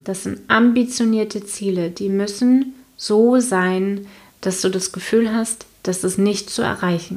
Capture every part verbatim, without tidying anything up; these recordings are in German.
Das sind ambitionierte Ziele, die müssen so sein, dass du das Gefühl hast, das ist nicht zu erreichen.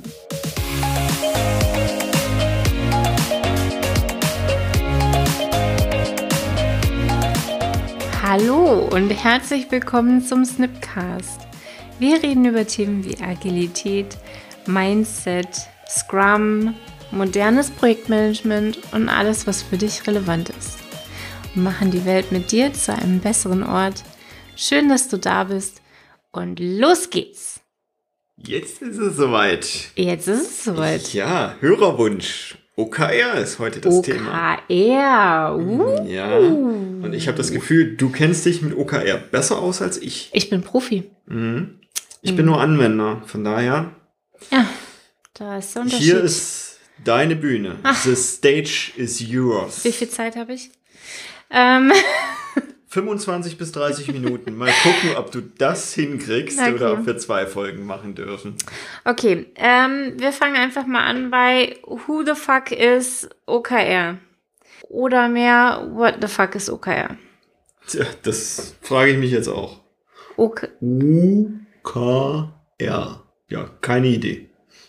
Hallo und herzlich willkommen zum Snipcast. Wir reden über Themen wie Agilität, Mindset, Scrum, modernes Projektmanagement und alles, was für dich relevant ist. Wir machen die Welt mit dir zu einem besseren Ort. Schön, dass du da bist und los geht's. Jetzt ist es soweit. Jetzt ist es soweit. Ja, Hörerwunsch. O K R ist heute das O Thema. K R. Uh. Ja, und ich habe das Gefühl, du kennst dich mit O K R besser aus als ich. Ich bin Profi. Mhm. Ich mhm. bin nur Anwender, von daher. Ja, da ist der Unterschied. Hier ist deine Bühne. Ach. The stage is yours. Wie viel Zeit habe ich? Ähm. fünfundzwanzig bis dreißig Minuten. Mal gucken, ob du das hinkriegst okay. oder ob wir zwei Folgen machen dürfen. Okay, ähm, wir fangen einfach mal an bei Who the fuck is O K R? Oder mehr, what the fuck is O K R? Tja, das frage ich mich jetzt auch. Okay. O K R. Ja, keine Idee.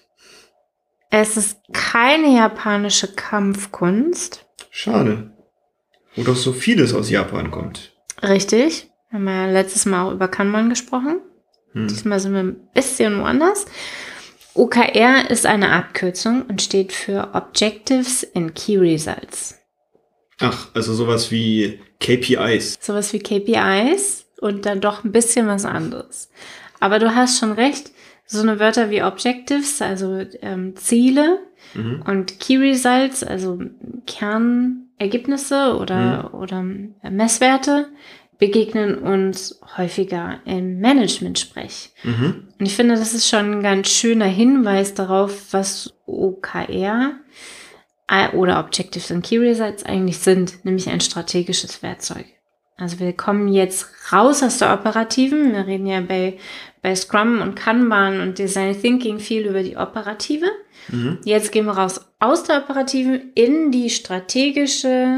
Es ist keine japanische Kampfkunst. Schade. Wo doch so vieles aus Japan kommt. Richtig. Wir haben ja letztes Mal auch über Kanban gesprochen. Hm. Diesmal sind wir ein bisschen woanders. O K R ist eine Abkürzung und steht für Objectives and Key Results. Ach, also sowas wie K P Is. Sowas wie K P Is und dann doch ein bisschen was anderes. Aber du hast schon recht, so eine Wörter wie Objectives, also ähm, Ziele mhm. und Key Results, also Kernergebnisse oder, mhm. oder Messwerte, begegnen uns häufiger im Management-Sprech. Mhm. Und ich finde, das ist schon ein ganz schöner Hinweis darauf, was O K R oder Objectives and Key Results eigentlich sind, nämlich ein strategisches Werkzeug. Also wir kommen jetzt raus aus der Operativen. Wir reden ja bei, bei Scrum und Kanban und Design Thinking viel über die Operative. Mhm. Jetzt gehen wir raus aus der Operativen in die strategische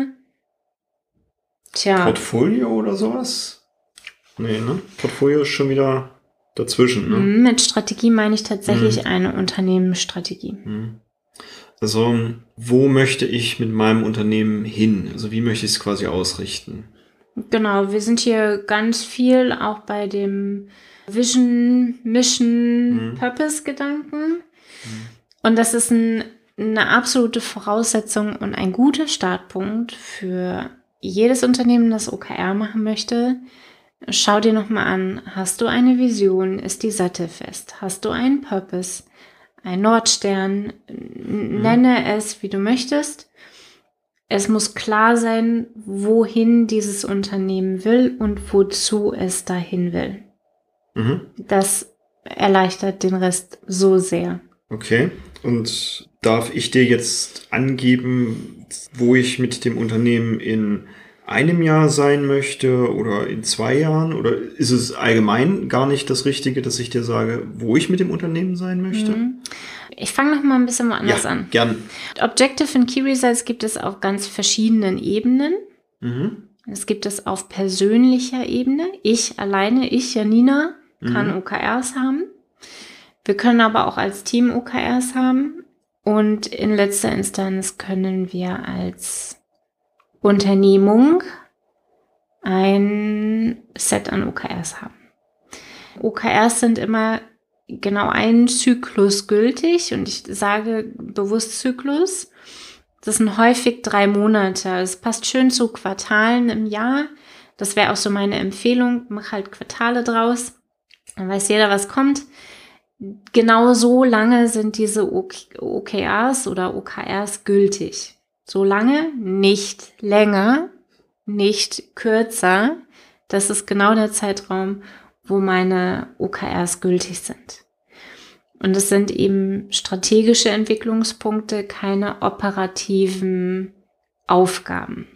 Tja. Portfolio oder sowas? Nee, ne? Portfolio ist schon wieder dazwischen, ne? Mit Strategie meine ich tatsächlich mhm. eine Unternehmensstrategie. Mhm. Also, wo möchte ich mit meinem Unternehmen hin? Also, wie möchte ich es quasi ausrichten? Genau, wir sind hier ganz viel auch bei dem Vision, Mission, mhm. Purpose-Gedanken. Mhm. Und das ist ein, eine absolute Voraussetzung und ein guter Startpunkt für jedes Unternehmen, das O K R machen möchte. Schau dir nochmal an, hast du eine Vision, ist die sattelfest? Hast du einen Purpose, einen Nordstern? Mhm. Nenne es, wie du möchtest. Es muss klar sein, wohin dieses Unternehmen will und wozu es dahin will. Mhm. Das erleichtert den Rest so sehr. Okay. Und darf ich dir jetzt angeben, wo ich mit dem Unternehmen in einem Jahr sein möchte oder in zwei Jahren? Oder ist es allgemein gar nicht das Richtige, dass ich dir sage, wo ich mit dem Unternehmen sein möchte? Mhm. Ich fange noch mal ein bisschen woanders ja, an. Gern. Objective und Key Results gibt es auf ganz verschiedenen Ebenen. Mhm. Es gibt es auf persönlicher Ebene. Ich alleine, ich, Janina, kann mhm. O K Rs haben. Wir können aber auch als Team O K Rs haben. Und in letzter Instanz können wir als Unternehmung ein Set an O K Rs haben. O K Rs sind immer genau einen Zyklus gültig und ich sage bewusst Zyklus. Das sind häufig drei Monate. Es passt schön zu Quartalen im Jahr. Das wäre auch so meine Empfehlung. Mach halt Quartale draus. Dann weiß jeder, was kommt. Genau so lange sind diese O K Rs oder O K Rs gültig. So lange, nicht länger, nicht kürzer. Das ist genau der Zeitraum, wo meine O K Rs gültig sind. Und es sind eben strategische Entwicklungspunkte, keine operativen Aufgaben.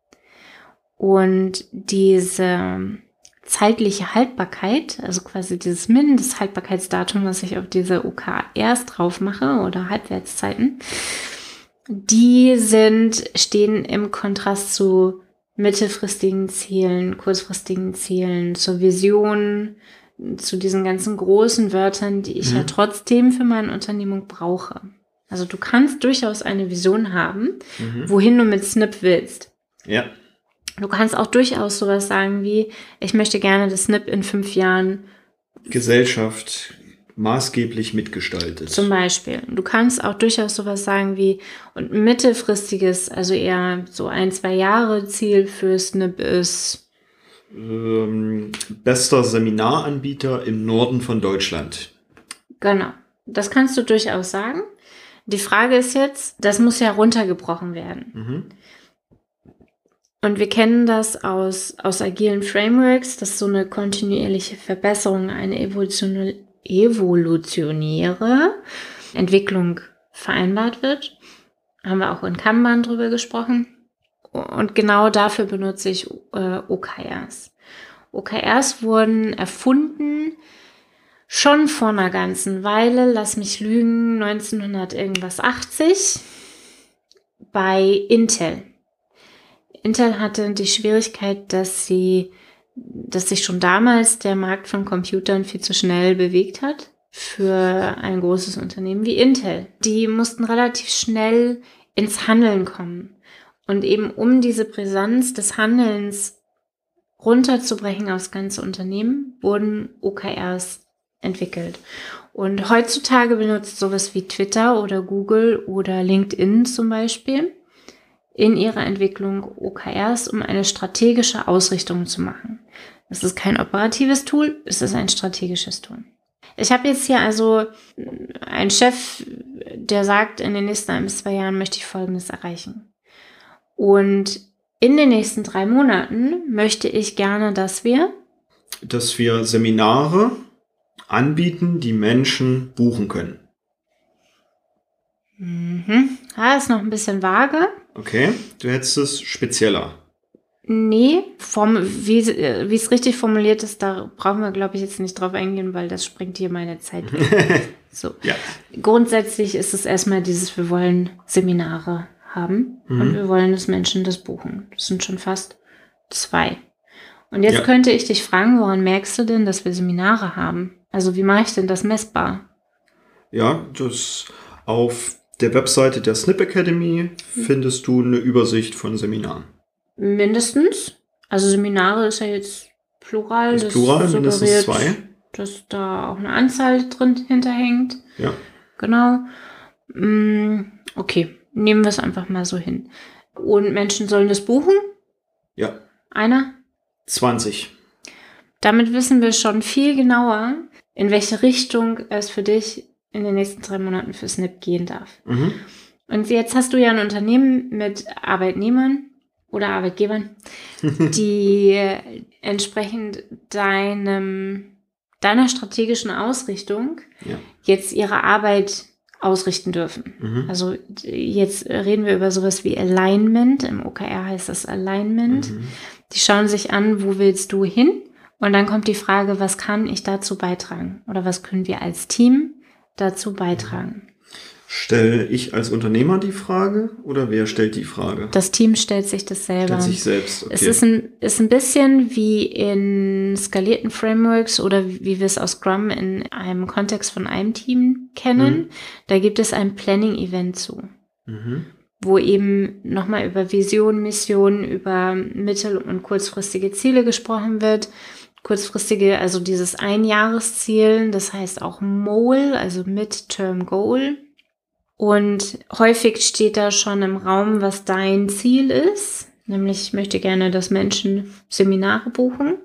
Und diese zeitliche Haltbarkeit, also quasi dieses Mindesthaltbarkeitsdatum, was ich auf diese O K Rs drauf mache oder Halbwertszeiten, die sind, stehen im Kontrast zu mittelfristigen Zielen, kurzfristigen Zielen, zur Vision, zu diesen ganzen großen Wörtern, die ich mhm. ja trotzdem für meine Unternehmung brauche. Also du kannst durchaus eine Vision haben, mhm. wohin du mit Snip willst. Ja. Du kannst auch durchaus sowas sagen wie, ich möchte gerne, dass Snip in fünf Jahren Gesellschaft maßgeblich mitgestaltet. Zum Beispiel. Du kannst auch durchaus sowas sagen wie, und mittelfristiges, also eher so ein, zwei Jahre Ziel für Snip ist ähm, bester Seminaranbieter im Norden von Deutschland. Genau. Das kannst du durchaus sagen. Die Frage ist jetzt, das muss ja runtergebrochen werden. Mhm. Und wir kennen das aus, aus agilen Frameworks, dass so eine kontinuierliche Verbesserung, eine evolutionäre, evolutionäre Entwicklung vereinbart wird. Haben wir auch in Kanban drüber gesprochen. Und genau dafür benutze ich äh, O K Rs. O K Rs wurden erfunden schon vor einer ganzen Weile, lass mich lügen, neunzehnhundertachtzig bei Intel. Intel hatte die Schwierigkeit, dass sie, dass sich schon damals der Markt von Computern viel zu schnell bewegt hat für ein großes Unternehmen wie Intel. Die mussten relativ schnell ins Handeln kommen. Und eben um diese Brisanz des Handelns runterzubrechen aufs ganze Unternehmen, wurden O K Rs entwickelt. Und heutzutage benutzt sowas wie Twitter oder Google oder LinkedIn zum Beispiel in ihrer Entwicklung O K Rs, um eine strategische Ausrichtung zu machen. Es ist kein operatives Tool, es ist ein strategisches Tool. Ich habe jetzt hier also einen Chef, der sagt, in den nächsten ein bis zwei Jahren möchte ich Folgendes erreichen. Und in den nächsten drei Monaten möchte ich gerne, dass wir... Dass wir Seminare anbieten, die Menschen buchen können. Mhm. Ja, ist noch ein bisschen vage. Okay, du hättest es spezieller. Nee, form, wie, wie es richtig formuliert ist, da brauchen wir, glaube ich, jetzt nicht drauf eingehen, weil das sprengt hier meine Zeit weg. So. Ja. Grundsätzlich ist es erstmal dieses, wir wollen Seminare haben mhm. und wir wollen, dass Menschen das buchen. Das sind schon fast zwei. Und jetzt ja. könnte ich dich fragen, woran merkst du denn, dass wir Seminare haben? Also wie mache ich denn das messbar? Ja, das auf der Webseite der Snip Academy findest du eine Übersicht von Seminaren. Mindestens. Also Seminare ist ja jetzt plural. Ist plural, mindestens zwei. Dass da auch eine Anzahl drin hinterhängt. Ja. Genau. Okay, nehmen wir es einfach mal so hin. Und Menschen sollen das buchen? Ja. Einer? zwanzig. Damit wissen wir schon viel genauer, in welche Richtung es für dich in den nächsten drei Monaten für Snip gehen darf. Mhm. Und jetzt hast du ja ein Unternehmen mit Arbeitnehmern oder Arbeitgebern, die entsprechend deinem, deiner strategischen Ausrichtung ja. jetzt ihre Arbeit ausrichten dürfen. Mhm. Also jetzt reden wir über sowas wie Alignment. Im O K R heißt das Alignment. Mhm. Die schauen sich an, wo willst du hin? Und dann kommt die Frage, was kann ich dazu beitragen? Oder was können wir als Team dazu beitragen? Stelle ich als Unternehmer die Frage oder wer stellt die Frage? Das Team stellt sich das selber. Stellt sich selbst, okay. Es ist ein, ist ein bisschen wie in skalierten Frameworks oder wie wir es aus Scrum in einem Kontext von einem Team kennen. Mhm. Da gibt es ein Planning-Event zu, mhm. wo eben nochmal über Vision, Mission, über mittel- und kurzfristige Ziele gesprochen wird. Kurzfristige, also dieses Einjahresziel, das heißt auch M O L, also Midterm Goal. Und häufig steht da schon im Raum, was dein Ziel ist. Nämlich, ich möchte gerne, dass Menschen Seminare buchen.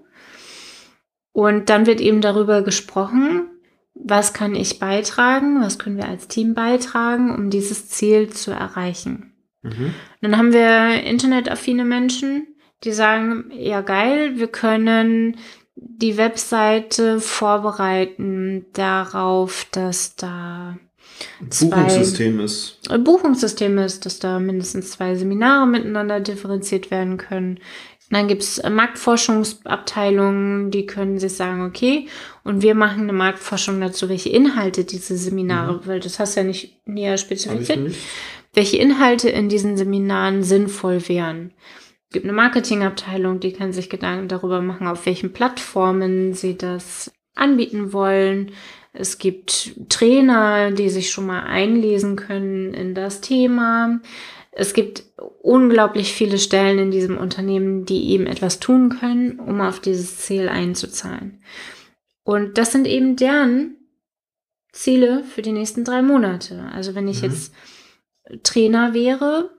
Und dann wird eben darüber gesprochen, was kann ich beitragen, was können wir als Team beitragen, um dieses Ziel zu erreichen. Mhm. Dann haben wir internetaffine Menschen, die sagen, ja geil, wir können die Webseite vorbereiten darauf, dass da Buchungssystem ist. Buchungssystem ist, dass da mindestens zwei Seminare miteinander differenziert werden können. Und dann gibt es Marktforschungsabteilungen, die können sich sagen, okay, und wir machen eine Marktforschung dazu, welche Inhalte diese Seminare, mhm. weil das hast du ja nicht näher spezifiziert, welche Inhalte in diesen Seminaren sinnvoll wären. Es gibt eine Marketingabteilung, die kann sich Gedanken darüber machen, auf welchen Plattformen sie das anbieten wollen. Es gibt Trainer, die sich schon mal einlesen können in das Thema. Es gibt unglaublich viele Stellen in diesem Unternehmen, die eben etwas tun können, um auf dieses Ziel einzuzahlen. Und das sind eben deren Ziele für die nächsten drei Monate. Also wenn ich mhm. jetzt Trainer wäre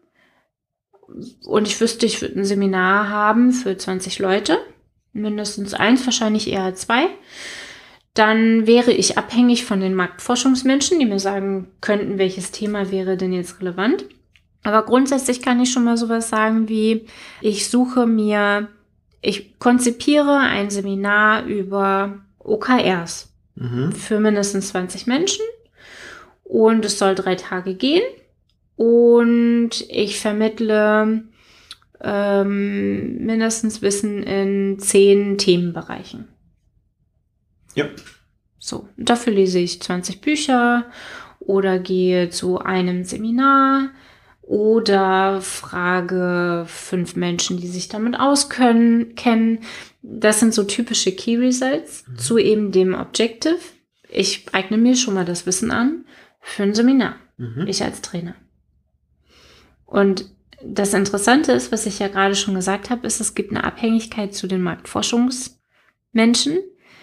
und ich wüsste, ich würde ein Seminar haben für zwanzig Leute, mindestens eins, wahrscheinlich eher zwei, dann wäre ich abhängig von den Marktforschungsmenschen, die mir sagen könnten, welches Thema wäre denn jetzt relevant. Aber grundsätzlich kann ich schon mal sowas sagen wie, ich suche mir, ich konzipiere ein Seminar über O K Rs mhm. für mindestens zwanzig Menschen und es soll drei Tage gehen und ich vermittle ähm, mindestens Wissen in zehn Themenbereichen. Ja. So, dafür lese ich zwanzig Bücher oder gehe zu einem Seminar oder frage fünf Menschen, die sich damit auskennen, kennen. Das sind so typische Key Results mhm. zu eben dem Objective. Ich eigne mir schon mal das Wissen an für ein Seminar. Mhm. Ich als Trainer. Und das Interessante ist, was ich ja gerade schon gesagt habe, ist, es gibt eine Abhängigkeit zu den Marktforschungsmenschen.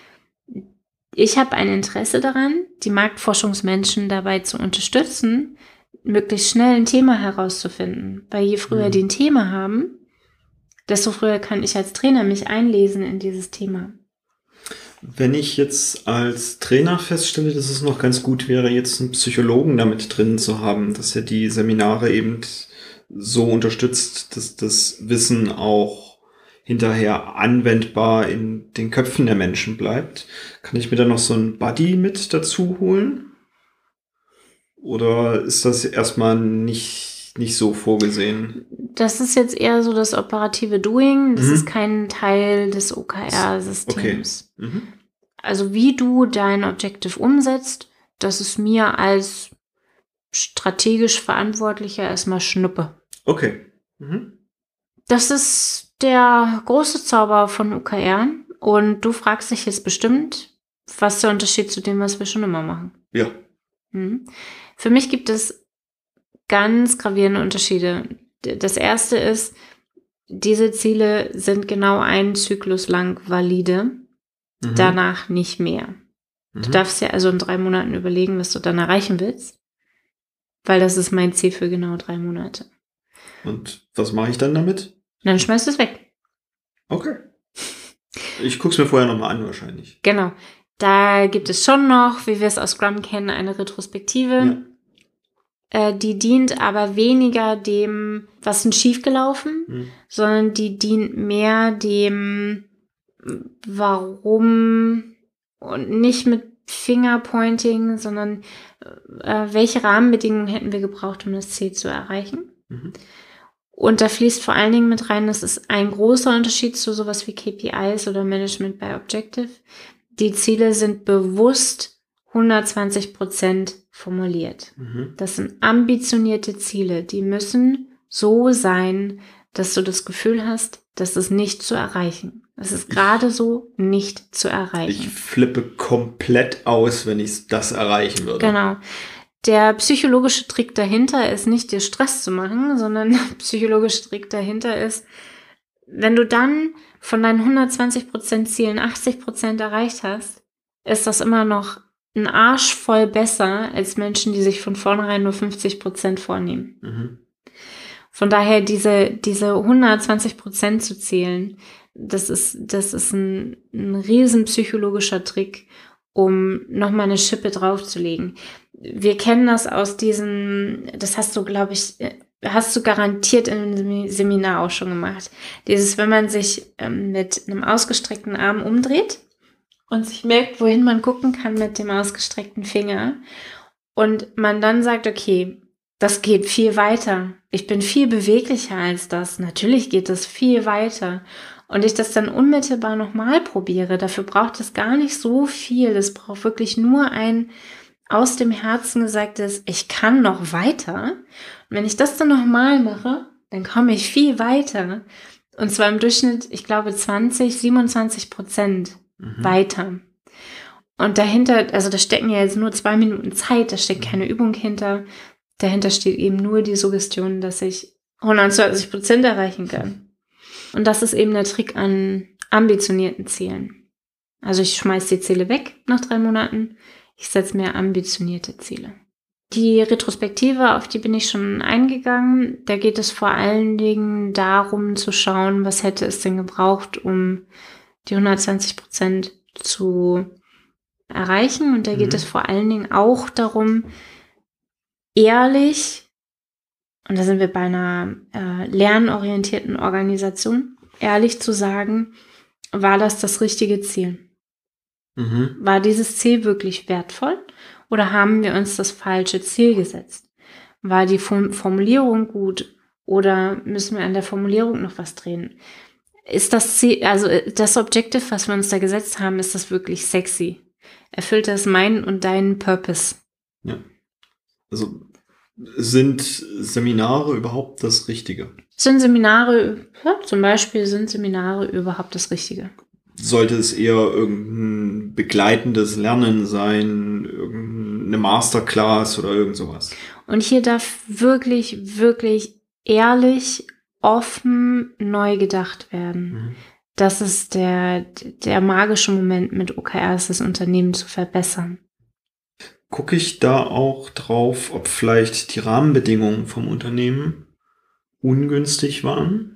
Ich habe ein Interesse daran, die Marktforschungsmenschen dabei zu unterstützen, möglichst schnell ein Thema herauszufinden. Weil je früher mhm. die ein Thema haben, desto früher kann ich als Trainer mich einlesen in dieses Thema. Wenn ich jetzt als Trainer feststelle, dass es noch ganz gut wäre, jetzt einen Psychologen damit drin zu haben, dass er die Seminare eben so unterstützt, dass das Wissen auch hinterher anwendbar in den Köpfen der Menschen bleibt, kann ich mir da noch so einen Buddy mit dazu holen? Oder ist das erstmal nicht, nicht so vorgesehen? Das ist jetzt eher so das operative Doing. Das mhm. ist kein Teil des O K R-Systems. Okay. Mhm. Also wie du dein Objective umsetzt, das ist mir als strategisch Verantwortlicher erstmal Schnuppe. Okay. Mhm. Das ist der große Zauber von O K R. Und du fragst dich jetzt bestimmt, was ist der Unterschied zu dem, was wir schon immer machen? Ja. Mhm. Für mich gibt es ganz gravierende Unterschiede. Das erste ist, diese Ziele sind genau einen Zyklus lang valide, mhm. danach nicht mehr. Mhm. Du darfst ja also in drei Monaten überlegen, was du dann erreichen willst, weil das ist mein Ziel für genau drei Monate. Und was mache ich dann damit? Dann schmeißt du es weg. Okay. Ich gucke es mir vorher nochmal an wahrscheinlich. Genau. Da gibt es schon noch, wie wir es aus Scrum kennen, eine Retrospektive. Ja. Äh, die dient aber weniger dem, was ist schiefgelaufen, hm. sondern die dient mehr dem, warum und nicht mit Fingerpointing, sondern äh, welche Rahmenbedingungen hätten wir gebraucht, um das Ziel zu erreichen. Mhm. Und da fließt vor allen Dingen mit rein, das ist ein großer Unterschied zu sowas wie K P Is oder Management by Objective. Die Ziele sind bewusst hundertzwanzig Prozent formuliert. Mhm. Das sind ambitionierte Ziele. Die müssen so sein, dass du das Gefühl hast, das ist nicht zu erreichen. Das ist gerade so nicht zu erreichen. Ich flippe komplett aus, wenn ich das erreichen würde. Genau. Der psychologische Trick dahinter ist nicht, dir Stress zu machen, sondern der psychologische Trick dahinter ist, wenn du dann von deinen hundertzwanzig Prozent Zielen achtzig Prozent erreicht hast, ist das immer noch ein Arsch voll besser als Menschen, die sich von vornherein nur fünfzig Prozent vornehmen. Mhm. Von daher diese, diese hundertzwanzig Prozent zu zählen, das ist, das ist ein, ein riesen psychologischer Trick, um nochmal eine Schippe draufzulegen. Wir kennen das aus diesen, das hast du, glaube ich, hast du garantiert in einem Seminar auch schon gemacht. Dieses, wenn man sich ähm, mit einem ausgestreckten Arm umdreht und sich merkt, wohin man gucken kann mit dem ausgestreckten Finger und man dann sagt, okay, das geht viel weiter. Ich bin viel beweglicher als das. Natürlich geht das viel weiter. Und ich das dann unmittelbar nochmal probiere. Dafür braucht es gar nicht so viel. Es braucht wirklich nur ein aus dem Herzen gesagtes, ich kann noch weiter. Und wenn ich das dann nochmal mache, dann komme ich viel weiter. Und zwar im Durchschnitt, ich glaube, zwanzig, siebenundzwanzig Prozent mhm. weiter. Und dahinter, also da stecken ja jetzt nur zwei Minuten Zeit, da steckt keine Übung hinter. Dahinter steht eben nur die Suggestion, dass ich hundertzwanzig Prozent erreichen kann. Und das ist eben der Trick an ambitionierten Zielen. Also ich schmeiß die Ziele weg nach drei Monaten. Ich setze mir ambitionierte Ziele. Die Retrospektive, auf die bin ich schon eingegangen. Da geht es vor allen Dingen darum zu schauen, was hätte es denn gebraucht, um die hundertzwanzig Prozent zu erreichen. Und da geht mhm. es vor allen Dingen auch darum, ehrlich, und da sind wir bei einer äh, lernorientierten Organisation, ehrlich zu sagen, war das das richtige Ziel? Mhm. War dieses Ziel wirklich wertvoll oder haben wir uns das falsche Ziel gesetzt? War die Formulierung gut oder müssen wir an der Formulierung noch was drehen? Ist das Ziel, also das Objective, was wir uns da gesetzt haben, ist das wirklich sexy? Erfüllt das meinen und deinen Purpose? Ja. Also sind Seminare überhaupt das Richtige? Sind Seminare, ja, zum Beispiel sind Seminare überhaupt das Richtige? Sollte es eher irgendein begleitendes Lernen sein, irgendeine Masterclass oder irgend sowas? Und hier darf wirklich, wirklich ehrlich, offen, neu gedacht werden. Mhm. Das ist der, der magische Moment mit O K Rs, das Unternehmen zu verbessern. Gucke ich da auch drauf, ob vielleicht die Rahmenbedingungen vom Unternehmen ungünstig waren?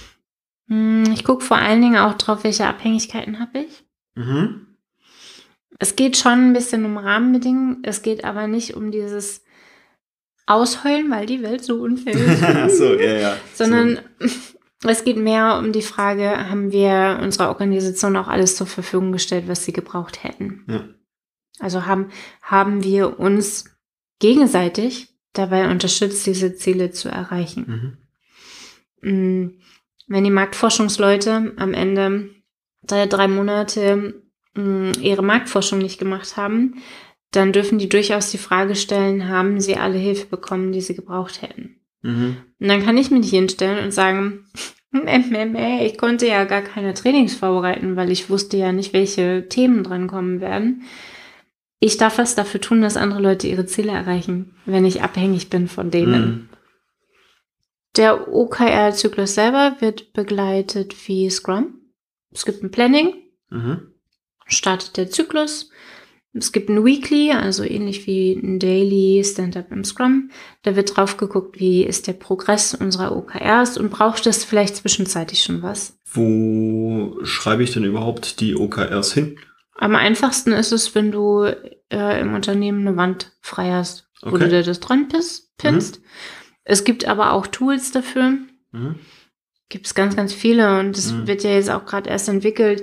Ich gucke vor allen Dingen auch drauf, welche Abhängigkeiten habe ich. Mhm. Es geht schon ein bisschen um Rahmenbedingungen, es geht aber nicht um dieses Ausheulen, weil die Welt so unfair ist. Ach so, ja, ja. Sondern so. Es geht mehr um die Frage, haben wir unserer Organisation auch alles zur Verfügung gestellt, was sie gebraucht hätten? Ja. Also haben, haben wir uns gegenseitig dabei unterstützt, diese Ziele zu erreichen. Mhm. Wenn die Marktforschungsleute am Ende der drei Monate mh, ihre Marktforschung nicht gemacht haben, dann dürfen die durchaus die Frage stellen, haben sie alle Hilfe bekommen, die sie gebraucht hätten? Mhm. Und dann kann ich mich nicht hinstellen und sagen, meh, meh, meh, ich konnte ja gar keine Trainings vorbereiten, weil ich wusste ja nicht, welche Themen drankommen werden. Ich darf was dafür tun, dass andere Leute ihre Ziele erreichen, wenn ich abhängig bin von denen. Mhm. Der O K R-Zyklus selber wird begleitet wie Scrum. Es gibt ein Planning, mhm. startet der Zyklus. Es gibt ein Weekly, also ähnlich wie ein Daily Stand-up im Scrum. Da wird drauf geguckt, wie ist der Progress unserer O K Rs und braucht es vielleicht zwischenzeitlich schon was. Wo schreibe ich denn überhaupt die O K Rs hin? Am einfachsten ist es, wenn du äh, im Unternehmen eine Wand frei hast, okay. wo du dir das dran pinnst. Mhm. Es gibt aber auch Tools dafür. Mhm. Gibt es ganz, ganz viele und es mhm. wird ja jetzt auch gerade erst entwickelt.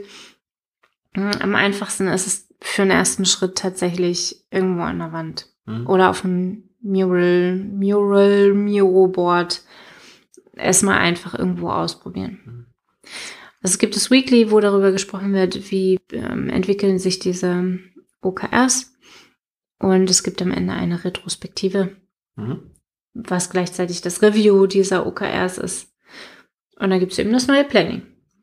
Am einfachsten ist es für einen ersten Schritt tatsächlich irgendwo an der Wand mhm. oder auf einem Mural, Mural, Miro-Board erstmal einfach irgendwo ausprobieren. Mhm. Also es gibt das Weekly, wo darüber gesprochen wird, wie ähm, entwickeln sich diese O K Rs und es gibt am Ende eine Retrospektive. Mhm. was gleichzeitig das Review dieser O K Rs ist. Und dann gibt es eben das neue Planning.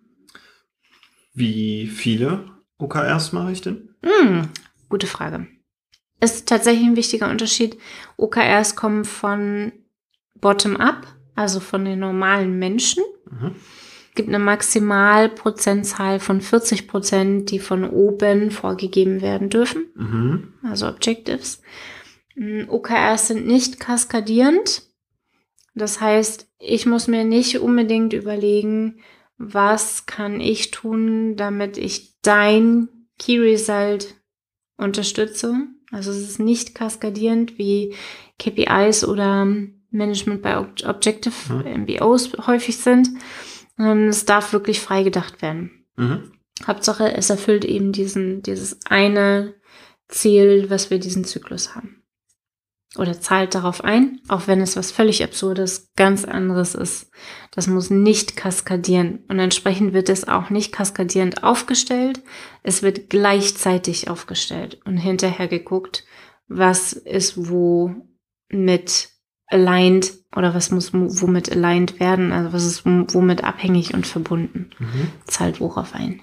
Wie viele O K Rs mache ich denn? Hm, gute Frage. Ist tatsächlich ein wichtiger Unterschied. O K Rs kommen von bottom-up, also von den normalen Menschen. Mhm. Es gibt eine Maximalprozentzahl von vierzig Prozent, die von oben vorgegeben werden dürfen. Mhm. Also Objectives. O K Rs sind nicht kaskadierend. Das heißt, ich muss mir nicht unbedingt überlegen, was kann ich tun, damit ich dein Key Result unterstütze. Also es ist nicht kaskadierend wie K P Is oder Management by Objective, mhm. M B Os häufig sind. Es darf wirklich frei gedacht werden. Mhm. Hauptsache, es erfüllt eben diesen, dieses eine Ziel, was wir diesen Zyklus haben. Oder zahlt darauf ein, auch wenn es was völlig Absurdes, ganz anderes ist. Das muss nicht kaskadieren. Und entsprechend wird es auch nicht kaskadierend aufgestellt. Es wird gleichzeitig aufgestellt und hinterher geguckt, was ist wo mit aligned oder was muss womit aligned werden, also was ist womit abhängig und verbunden. Mhm. Zahlt worauf ein.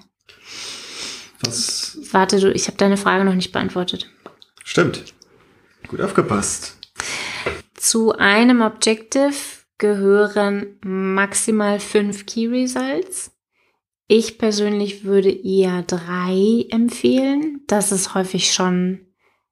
Was? Warte, du, ich habe deine Frage noch nicht beantwortet. Stimmt. Gut aufgepasst. Zu einem Objective gehören maximal fünf Key Results. Ich persönlich würde eher drei empfehlen. Das ist häufig schon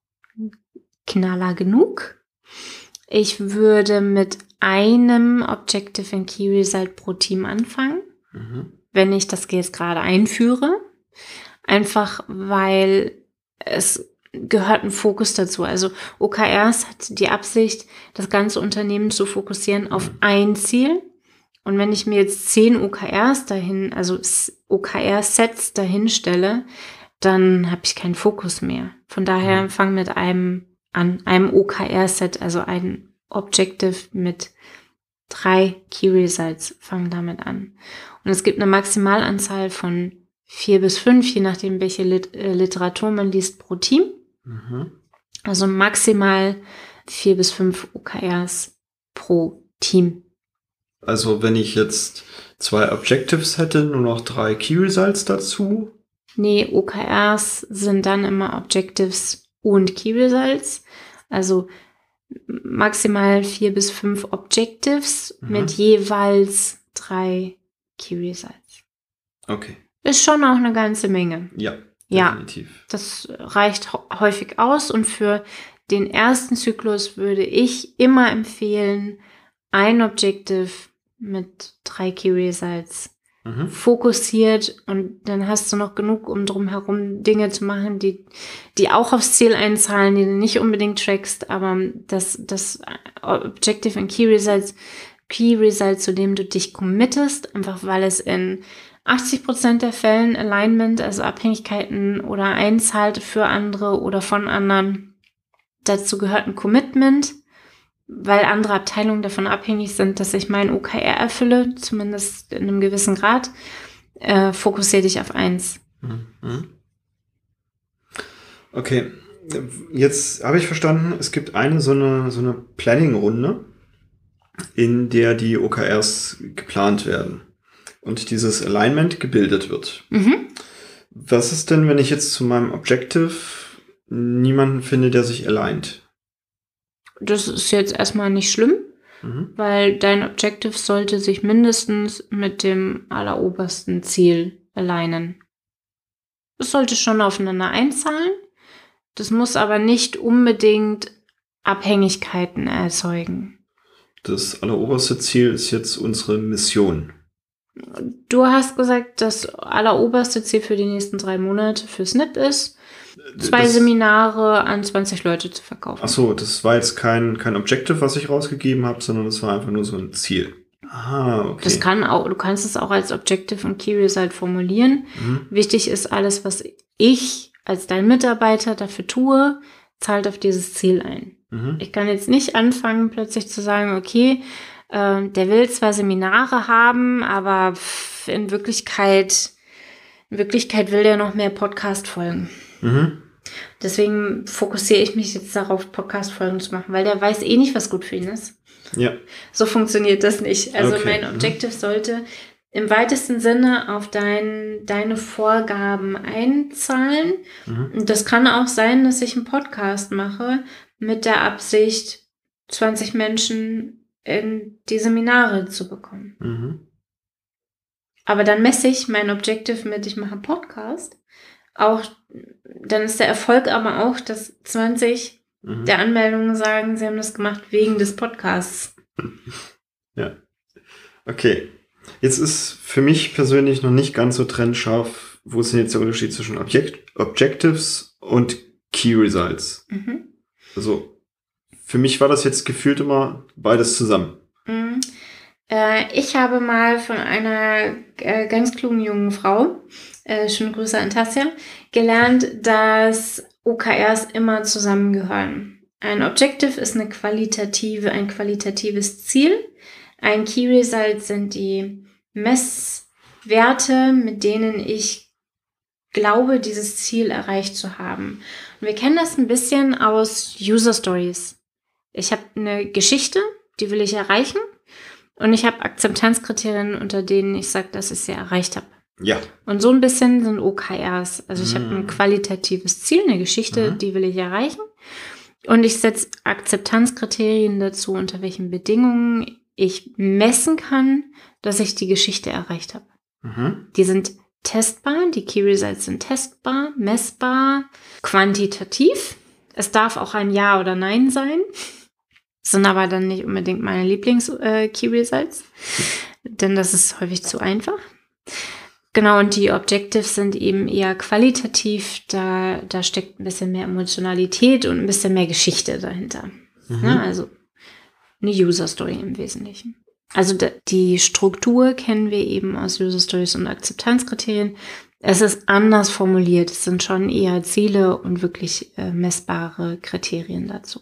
Knaller genug. Ich würde mit einem Objective and Key Result pro Team anfangen, mhm. wenn ich das jetzt gerade einführe. Einfach weil es gehört ein Fokus dazu. Also O K Rs hat die Absicht, das ganze Unternehmen zu fokussieren auf ein Ziel. Und wenn ich mir jetzt zehn O K Rs dahin, also O K R-Sets dahin stelle, dann habe ich keinen Fokus mehr. Von daher mhm. fang mit einem an, einem O K R-Set, also ein Objective mit drei Key Results, fang damit an. Und es gibt eine Maximalanzahl von vier bis fünf, je nachdem, welche Lit- äh, Literatur man liest pro Team. Mhm. Also maximal vier bis fünf O K Rs pro Team. Also wenn ich jetzt zwei Objectives hätte, nur noch drei Key Results dazu? Nee, O K Rs sind dann immer Objectives und Key Results. Also maximal vier bis fünf Objectives mhm. mit jeweils drei Key Results. Okay. Ist schon auch eine ganze Menge. Ja, definitiv. Ja, das reicht häufig aus und für den ersten Zyklus würde ich immer empfehlen, ein Objective mit drei Key Results mhm. fokussiert und dann hast du noch genug, um drumherum Dinge zu machen, die, die auch aufs Ziel einzahlen, die du nicht unbedingt trackst, aber das, das Objective und Key Results, Key Results, zu dem du dich committest, einfach weil es in achtzig Prozent der Fällen Alignment, also Abhängigkeiten oder einzahlt für andere oder von anderen. Dazu gehört ein Commitment, weil andere Abteilungen davon abhängig sind, dass ich mein O K R erfülle, zumindest in einem gewissen Grad. Äh, fokussiere dich auf eins. Mhm. Okay, jetzt habe ich verstanden, es gibt eine so eine, so eine Planning-Runde, in der die O K Rs geplant werden. Und dieses Alignment gebildet wird. Mhm. Was ist denn, wenn ich jetzt zu meinem Objective niemanden finde, der sich aligned? Das ist jetzt erstmal nicht schlimm, mhm. weil dein Objective sollte sich mindestens mit dem allerobersten Ziel alignen. Es sollte schon aufeinander einzahlen. Das muss aber nicht unbedingt Abhängigkeiten erzeugen. Das alleroberste Ziel ist jetzt unsere Mission. Du hast gesagt, das alleroberste Ziel für die nächsten drei Monate für S N P ist, zwei das, Seminare an zwanzig Leute zu verkaufen. Ach so, das war jetzt kein, kein Objective, was ich rausgegeben habe, sondern das war einfach nur so ein Ziel. Ah, okay. Das kann auch, du kannst es auch als Objective und Key Result formulieren. Mhm. Wichtig ist, alles, was ich als dein Mitarbeiter dafür tue, zahlt auf dieses Ziel ein. Mhm. Ich kann jetzt nicht anfangen, plötzlich zu sagen, okay, der will zwar Seminare haben, aber in Wirklichkeit, in Wirklichkeit will der noch mehr Podcast-Folgen. Mhm. Deswegen fokussiere ich mich jetzt darauf, Podcast-Folgen zu machen, weil der weiß eh nicht, was gut für ihn ist. Ja. So funktioniert das nicht. Also okay. mein Objective mhm. sollte im weitesten Sinne auf dein, deine Vorgaben einzahlen. Mhm. Und das kann auch sein, dass ich einen Podcast mache mit der Absicht, zwanzig Menschen in die Seminare zu bekommen. Mhm. Aber dann messe ich mein Objective mit, ich mache einen Podcast. Auch, dann ist der Erfolg aber auch, dass zwanzig mhm. der Anmeldungen sagen, sie haben das gemacht wegen des Podcasts. Ja. Okay. Jetzt ist für mich persönlich noch nicht ganz so trennscharf, wo ist denn jetzt der Unterschied zwischen Object- Objectives und Key Results? Mhm. Also, für mich war das jetzt gefühlt immer beides zusammen. Mhm. Äh, ich habe mal von einer äh, ganz klugen jungen Frau, äh, schöne Grüße an Tassia, gelernt, dass O K Rs immer zusammengehören. Ein Objective ist eine qualitative, ein qualitatives Ziel. Ein Key Result sind die Messwerte, mit denen ich glaube, dieses Ziel erreicht zu haben. Und wir kennen das ein bisschen aus User Stories. Ich habe eine Geschichte, die will ich erreichen. Und ich habe Akzeptanzkriterien, unter denen ich sage, dass ich sie erreicht habe. Ja. Und so ein bisschen sind O K Rs. Also ich Mhm. habe ein qualitatives Ziel, eine Geschichte, Mhm. die will ich erreichen. Und ich setze Akzeptanzkriterien dazu, unter welchen Bedingungen ich messen kann, dass ich die Geschichte erreicht habe. Mhm. Die sind testbar, die Key Results sind testbar, messbar, quantitativ. Es darf auch ein Ja oder Nein sein. Sind aber dann nicht unbedingt meine Lieblings-Key Results, denn das ist häufig zu einfach. Genau, und die Objectives sind eben eher qualitativ, da, da steckt ein bisschen mehr Emotionalität und ein bisschen mehr Geschichte dahinter. Mhm. Ja, also eine User Story im Wesentlichen. Also da, die Struktur kennen wir eben aus User Stories und Akzeptanzkriterien. Es ist anders formuliert, es sind schon eher Ziele und wirklich äh, messbare Kriterien dazu.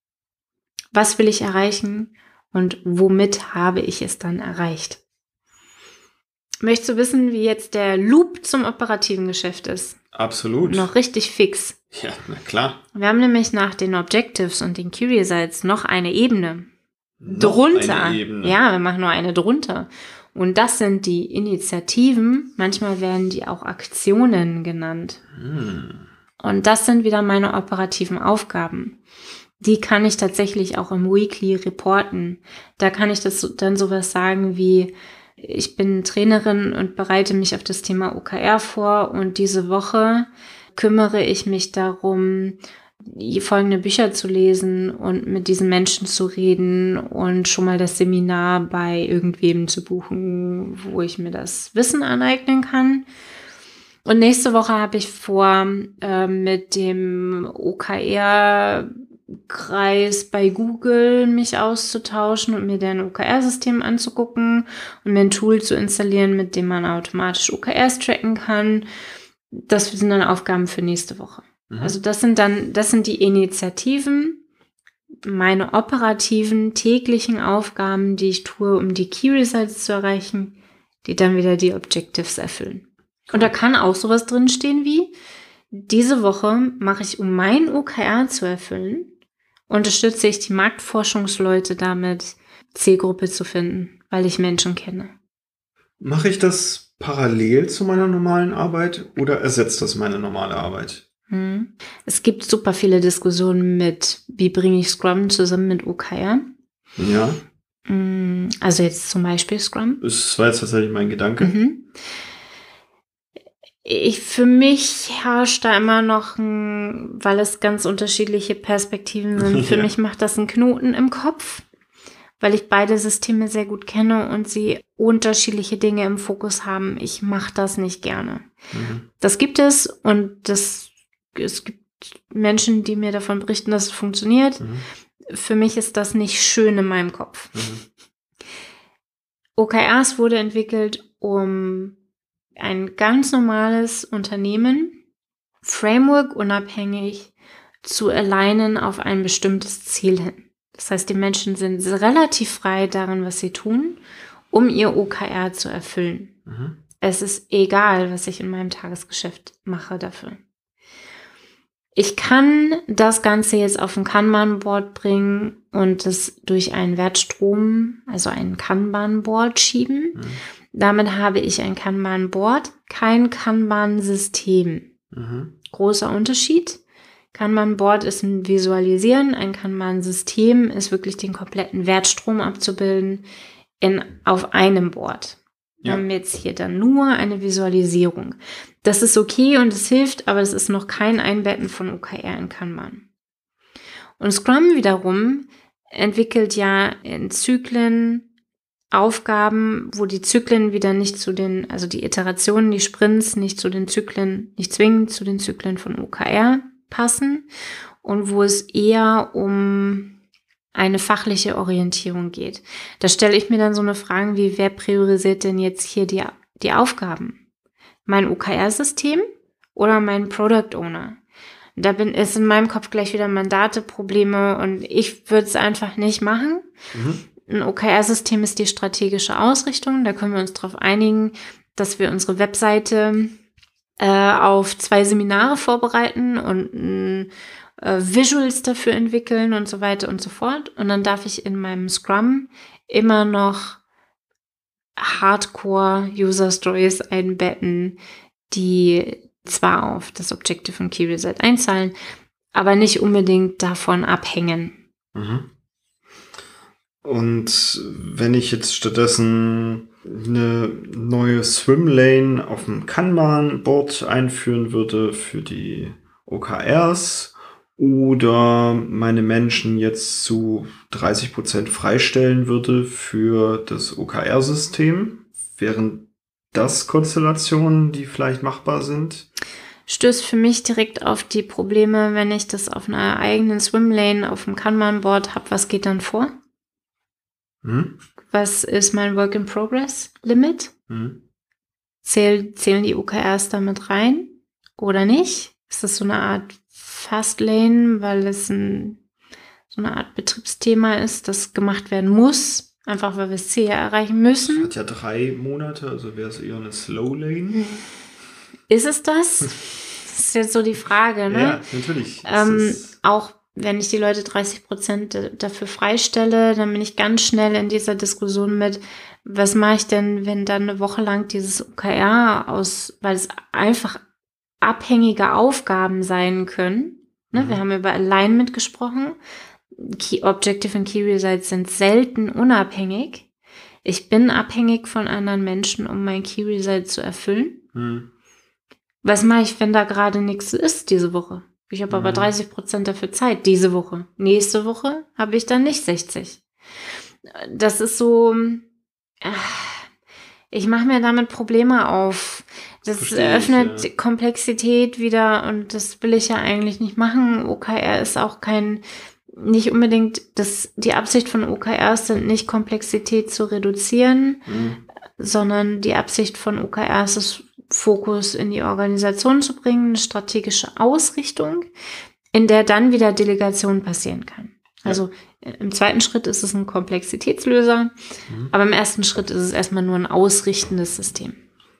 Was will ich erreichen und womit habe ich es dann erreicht? Möchtest du wissen, wie jetzt der Loop zum operativen Geschäft ist? Absolut. Noch richtig fix. Ja, na klar. Wir haben nämlich nach den Objectives und den Key Results noch eine Ebene. Noch Drunter. eine Ebene. Ja, wir machen nur eine drunter. Und das sind die Initiativen. Manchmal werden die auch Aktionen genannt. Hm. Und das sind wieder meine operativen Aufgaben. Die kann ich tatsächlich auch im Weekly reporten. Da kann ich das dann sowas sagen wie, ich bin Trainerin und bereite mich auf das Thema O K R vor und diese Woche kümmere ich mich darum, die folgende Bücher zu lesen und mit diesen Menschen zu reden und schon mal das Seminar bei irgendwem zu buchen, wo ich mir das Wissen aneignen kann. Und nächste Woche habe ich vor, äh, mit dem O K R-Kreis bei Google mich auszutauschen und mir deren O K R-System anzugucken und mir ein Tool zu installieren, mit dem man automatisch O K Rs tracken kann. Das sind dann Aufgaben für nächste Woche. Mhm. Also das sind dann, das sind die Initiativen, meine operativen täglichen Aufgaben, die ich tue, um die Key Results zu erreichen, die dann wieder die Objectives erfüllen. Und da kann auch sowas drinstehen wie, diese Woche mache ich, um mein O K R zu erfüllen, unterstütze ich die Marktforschungsleute damit, Zielgruppe zu finden, weil ich Menschen kenne. Mache ich das parallel zu meiner normalen Arbeit oder ersetzt das meine normale Arbeit? Hm. Es gibt super viele Diskussionen mit, wie bringe ich Scrum zusammen mit O K R. Ja. Also jetzt zum Beispiel Scrum. Das war jetzt tatsächlich mein Gedanke. Mhm. Ich, für mich herrscht da immer noch ein, weil es ganz unterschiedliche Perspektiven sind, für Ja. mich macht das einen Knoten im Kopf, weil ich beide Systeme sehr gut kenne und sie unterschiedliche Dinge im Fokus haben. Ich mache das nicht gerne. Mhm. Das gibt es und das, es gibt Menschen, die mir davon berichten, dass es funktioniert. Mhm. Für mich ist das nicht schön in meinem Kopf. Mhm. O K Rs wurde entwickelt, um ein ganz normales Unternehmen, Framework unabhängig, zu alignen auf ein bestimmtes Ziel hin. Das heißt, die Menschen sind relativ frei darin, was sie tun, um ihr O K R zu erfüllen. Mhm. Es ist egal, was ich in meinem Tagesgeschäft mache dafür. Ich kann das Ganze jetzt auf ein Kanban-Board bringen und es durch einen Wertstrom, also ein Kanban-Board schieben. Mhm. Damit habe ich ein Kanban-Board, kein Kanban-System. Mhm. Großer Unterschied. Kanban-Board ist ein Visualisieren, ein Kanban-System ist wirklich den kompletten Wertstrom abzubilden in, auf einem Board. Wir Ja. haben jetzt hier dann nur eine Visualisierung. Das ist okay und es hilft, aber es ist noch kein Einbetten von O K R in Kanban. Und Scrum wiederum entwickelt ja in Zyklen Aufgaben, wo die Zyklen wieder nicht zu den, also die Iterationen, die Sprints nicht zu den Zyklen, nicht zwingend zu den Zyklen von O K R passen und wo es eher um eine fachliche Orientierung geht. Da stelle ich mir dann so eine Frage wie, wer priorisiert denn jetzt hier die, die Aufgaben? Mein O K R-System oder mein Product Owner? Da bin, ist in meinem Kopf gleich wieder Mandate, Probleme und ich würde es einfach nicht machen. Mhm. Ein O K R-System ist die strategische Ausrichtung. Da können wir uns darauf einigen, dass wir unsere Webseite äh, auf zwei Seminare vorbereiten und ein äh, Visuals dafür entwickeln und so weiter und so fort. Und dann darf ich in meinem Scrum immer noch Hardcore-User-Stories einbetten, die zwar auf das Objective und Key Result einzahlen, aber nicht unbedingt davon abhängen. Mhm. Und wenn ich jetzt stattdessen eine neue Swimlane auf dem Kanban-Board einführen würde für die O K Rs oder meine Menschen jetzt zu dreißig Prozent freistellen würde für das O K R-System, wären das Konstellationen, die vielleicht machbar sind? Stößt für mich direkt auf die Probleme, wenn ich das auf einer eigenen Swimlane auf dem Kanban-Board habe. Was geht dann vor? Hm? Was ist mein Work-in-Progress-Limit? Hm? Zähl, zählen die O K Rs damit rein oder nicht? Ist das so eine Art Fastlane, weil es ein, so eine Art Betriebsthema ist, das gemacht werden muss, einfach weil wir das Ziel ja erreichen müssen? Das hat ja drei Monate, also wäre es eher eine Slow Lane. Ist es das? Das ist jetzt so die Frage, ne? Ja, natürlich. Ähm, auch wenn ich die Leute dreißig Prozent dafür freistelle, dann bin ich ganz schnell in dieser Diskussion mit, was mache ich denn, wenn dann eine Woche lang dieses O K R aus, weil es einfach abhängige Aufgaben sein können. Ne? Mhm. Wir haben über Alignment gesprochen. Key Objective und Key Results sind selten unabhängig. Ich bin abhängig von anderen Menschen, um mein Key Result zu erfüllen. Mhm. Was mache ich, wenn da gerade nichts ist diese Woche? Ich habe aber dreißig Prozent dafür Zeit diese Woche. Nächste Woche habe ich dann nicht sechzig. Das ist so, ich mache mir damit Probleme auf. Das Verstehe eröffnet ich, ja. Komplexität wieder und das will ich ja eigentlich nicht machen. O K R ist auch kein, nicht unbedingt, das, die Absicht von O K Rs sind nicht Komplexität zu reduzieren, mhm. sondern die Absicht von O K Rs ist Fokus in die Organisation zu bringen, eine strategische Ausrichtung, in der dann wieder Delegation passieren kann. Also ja. Im zweiten Schritt ist es ein Komplexitätslöser, mhm. aber im ersten Schritt ist es erstmal nur ein ausrichtendes System.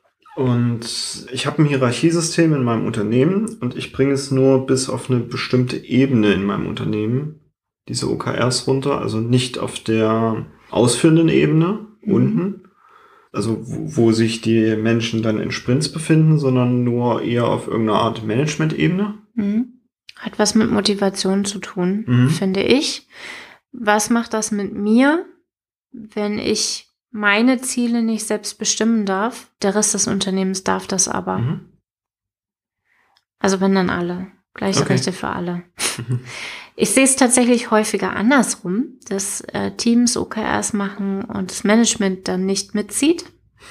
Und ich habe ein Hierarchiesystem in meinem Unternehmen und ich bringe es nur bis auf eine bestimmte Ebene in meinem Unternehmen, diese O K Rs runter, also nicht auf der ausführenden Ebene mhm. unten, also wo, wo sich die Menschen dann in Sprints befinden, sondern nur eher auf irgendeiner Art Management-Ebene. Mhm. Hat was mit Motivation zu tun, mhm. finde ich. Was macht das mit mir, wenn ich meine Ziele nicht selbst bestimmen darf? Der Rest des Unternehmens darf das aber. Mhm. Also wenn dann alle. Gleiche okay. Rechte für alle. Ich sehe es tatsächlich häufiger andersrum, dass äh, Teams O K Rs machen und das Management dann nicht mitzieht,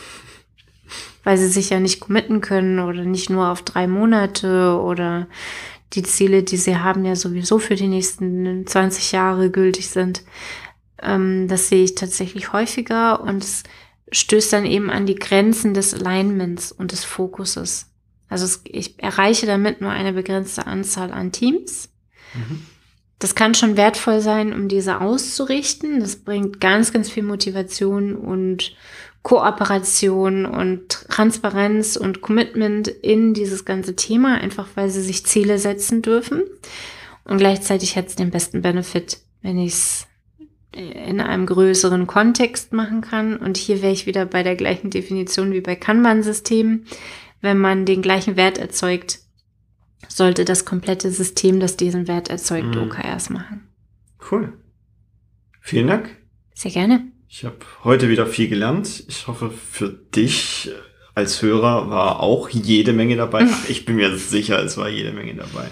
weil sie sich ja nicht committen können oder nicht nur auf drei Monate oder die Ziele, die sie haben, ja sowieso für die nächsten zwanzig Jahre gültig sind. Ähm, das sehe ich tatsächlich häufiger und es stößt dann eben an die Grenzen des Alignments und des Fokuses. Also es, ich erreiche damit nur eine begrenzte Anzahl an Teams. Mhm. Das kann schon wertvoll sein, um diese auszurichten. Das bringt ganz, ganz viel Motivation und Kooperation und Transparenz und Commitment in dieses ganze Thema, einfach weil sie sich Ziele setzen dürfen. Und gleichzeitig hat es den besten Benefit, wenn ich es in einem größeren Kontext machen kann. Und hier wäre ich wieder bei der gleichen Definition wie bei Kanban-Systemen. Wenn man den gleichen Wert erzeugt, sollte das komplette System, das diesen Wert erzeugt, mhm. O K Rs machen. Cool. Vielen Dank. Sehr gerne. Ich habe heute wieder viel gelernt. Ich hoffe, für dich als Hörer war auch jede Menge dabei. Ach, ich bin mir sicher, es war jede Menge dabei.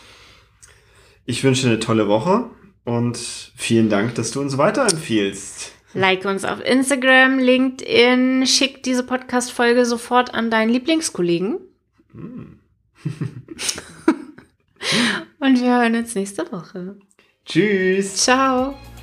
Ich wünsche eine tolle Woche und vielen Dank, dass du uns weiterempfiehlst. Like uns auf Instagram, LinkedIn, schick diese Podcast-Folge sofort an deinen Lieblingskollegen. Mm. Und wir hören uns nächste Woche. Tschüss. Ciao.